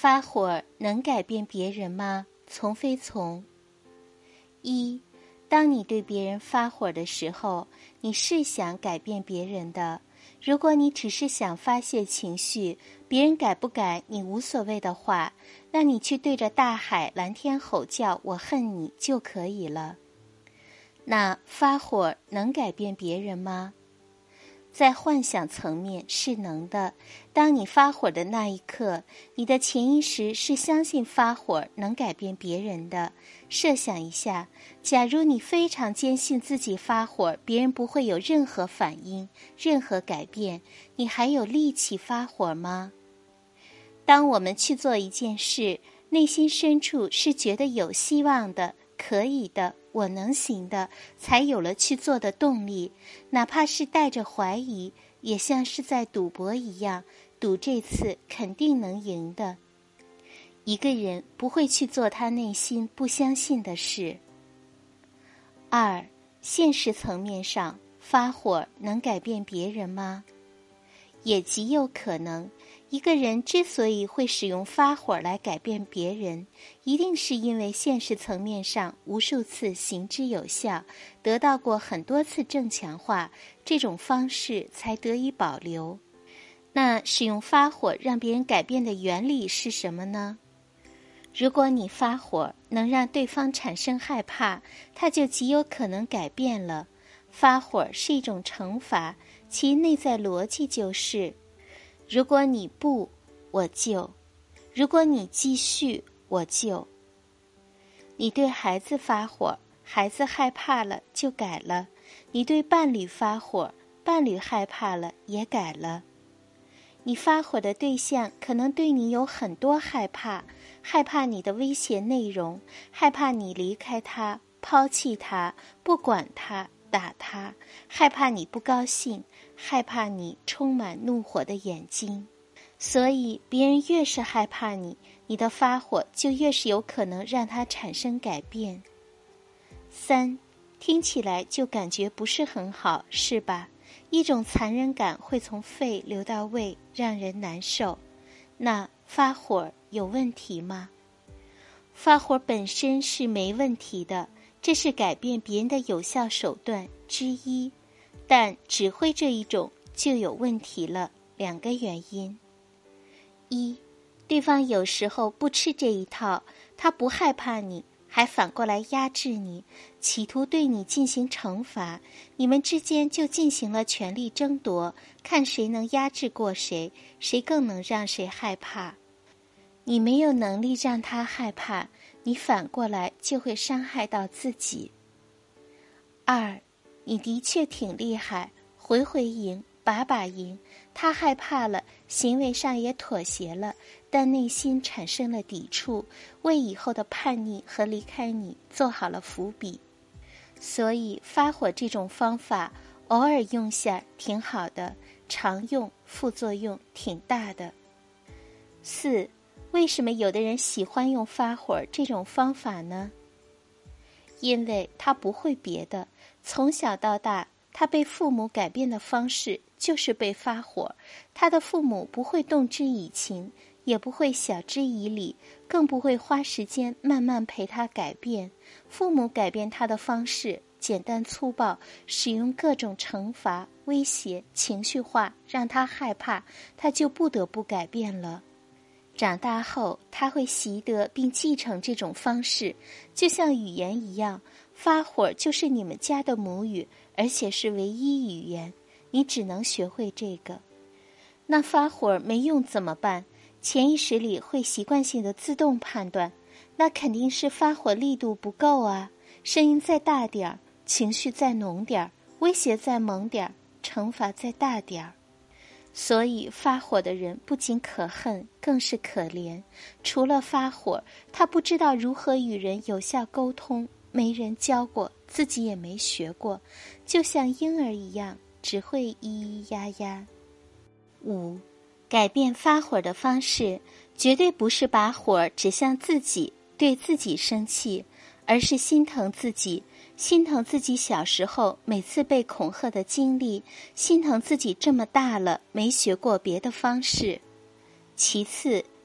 发火能改变别人吗？从非从。一，当你对别人发火的时候，你是想改变别人的。如果你只是想发泄情绪，别人改不改你无所谓的话，那你去对着大海、蓝天吼叫“我恨你”就可以了。那发火能改变别人吗？在幻想层面是能的。当你发火的那一刻，你的潜意识是相信发火能改变别人的。设想一下，假如你非常坚信自己发火，别人不会有任何反应、任何改变，你还有力气发火吗？当我们去做一件事，内心深处是觉得有希望的、可以的、我能行的，才有了去做的动力。哪怕是带着怀疑，也像是在赌博一样，赌这次肯定能赢的。一个人不会去做他内心不相信的事。二，现实层面上，发火能改变别人吗？也极有可能。一个人之所以会使用发火来改变别人，一定是因为现实层面上无数次行之有效，得到过很多次正强化，这种方式才得以保留。那使用发火让别人改变的原理是什么呢？如果你发火能让对方产生害怕，他就极有可能改变了。发火是一种惩罚，其内在逻辑就是：如果你不，我就；如果你继续，我就。你对孩子发火，孩子害怕了就改了；你对伴侣发火，伴侣害怕了也改了。你发火的对象可能对你有很多害怕，害怕你的威胁内容，害怕你离开他、抛弃他、不管他、打他，害怕你不高兴，害怕你充满怒火的眼睛。所以别人越是害怕你，你的发火就越是有可能让他产生改变。三，听起来就感觉不是很好，是吧？一种残忍感会从肺流到胃，让人难受。那发火有问题吗？发火本身是没问题的，这是改变别人的有效手段之一，但只会这一种就有问题了。两个原因：一，对方有时候不吃这一套，他不害怕你，还反过来压制你，企图对你进行惩罚，你们之间就进行了权力争夺，看谁能压制过谁，谁更能让谁害怕。你没有能力让他害怕，你反过来就会伤害到自己。二，你的确挺厉害，回回赢，把把赢，他害怕了，行为上也妥协了，但内心产生了抵触，为以后的叛逆和离开你做好了伏笔。所以发火这种方法偶尔用下挺好的，常用副作用挺大的。四，为什么有的人喜欢用发火这种方法呢？因为他不会别的，从小到大他被父母改变的方式就是被发火，他的父母不会动之以情，也不会晓之以理，更不会花时间慢慢陪他改变。父母改变他的方式简单粗暴，使用各种惩罚、威胁、情绪化，让他害怕，他就不得不改变了。长大后他会习得并继承这种方式，就像语言一样，发火就是你们家的母语，而且是唯一语言，你只能学会这个。那发火没用怎么办？潜意识里会习惯性的自动判断，那肯定是发火力度不够啊，声音再大点儿，情绪再浓点儿，威胁再猛点儿，惩罚再大点儿。所以发火的人不仅可恨，更是可怜。除了发火，他不知道如何与人有效沟通，没人教过，自己也没学过，就像婴儿一样，只会咿咿呀呀。五，改变发火的方式，绝对不是把火指向自己，对自己生气，而是心疼自己，心疼自己小时候每次被恐吓的经历，心疼自己这么大了没学过别的方式。其次，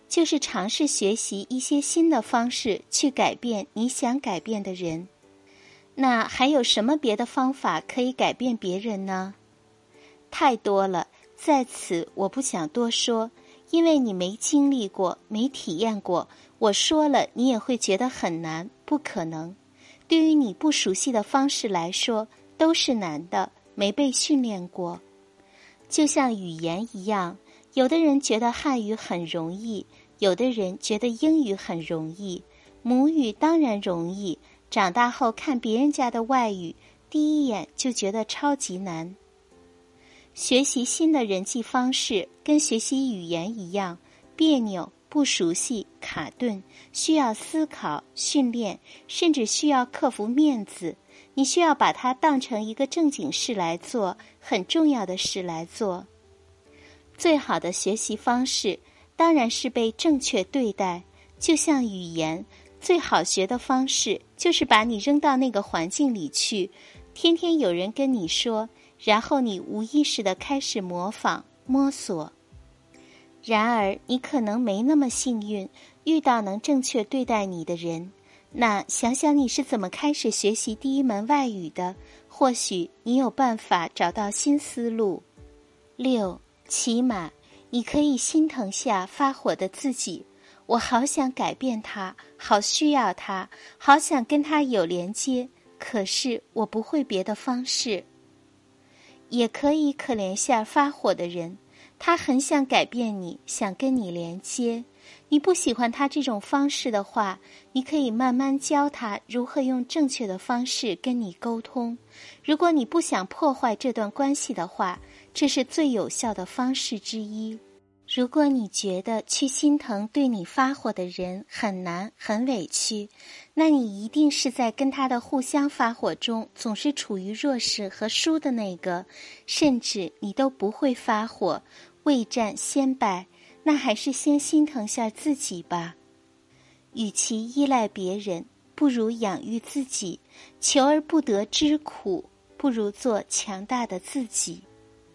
就是尝试学习一些新的方式去改变你想改变的人。那还有什么别的方法可以改变别人呢？太多了，在此我不想多说，因为你没经历过，没体验过，我说了你也会觉得很难，不可能。对于你不熟悉的方式来说，都是难的，没被训练过。就像语言一样，有的人觉得汉语很容易，有的人觉得英语很容易。母语当然容易，长大后看别人家的外语，第一眼就觉得超级难。学习新的人际方式跟学习语言一样，别扭、不熟悉、卡顿，需要思考、训练，甚至需要克服面子。你需要把它当成一个正经事来做，很重要的事来做。最好的学习方式当然是被正确对待，就像语言，最好学的方式就是把你扔到那个环境里去，天天有人跟你说，然后你无意识地开始模仿、摸索。然而，你可能没那么幸运，遇到能正确对待你的人。那想想你是怎么开始学习第一门外语的，或许你有办法找到新思路。6. 起码你可以心疼下发火的自己，我好想改变他，好需要他，好想跟他有连接，可是我不会别的方式。也可以可怜下发火的人，他很想改变你，想跟你连接。你不喜欢他这种方式的话，你可以慢慢教他如何用正确的方式跟你沟通。如果你不想破坏这段关系的话，这是最有效的方式之一。如果你觉得去心疼对你发火的人很难很委屈，那你一定是在跟他的互相发火中总是处于弱势和输的那个，甚至你都不会发火，未战先败，那还是先心疼下自己吧。与其依赖别人，不如养育自己，求而不得之苦，不如做强大的自己。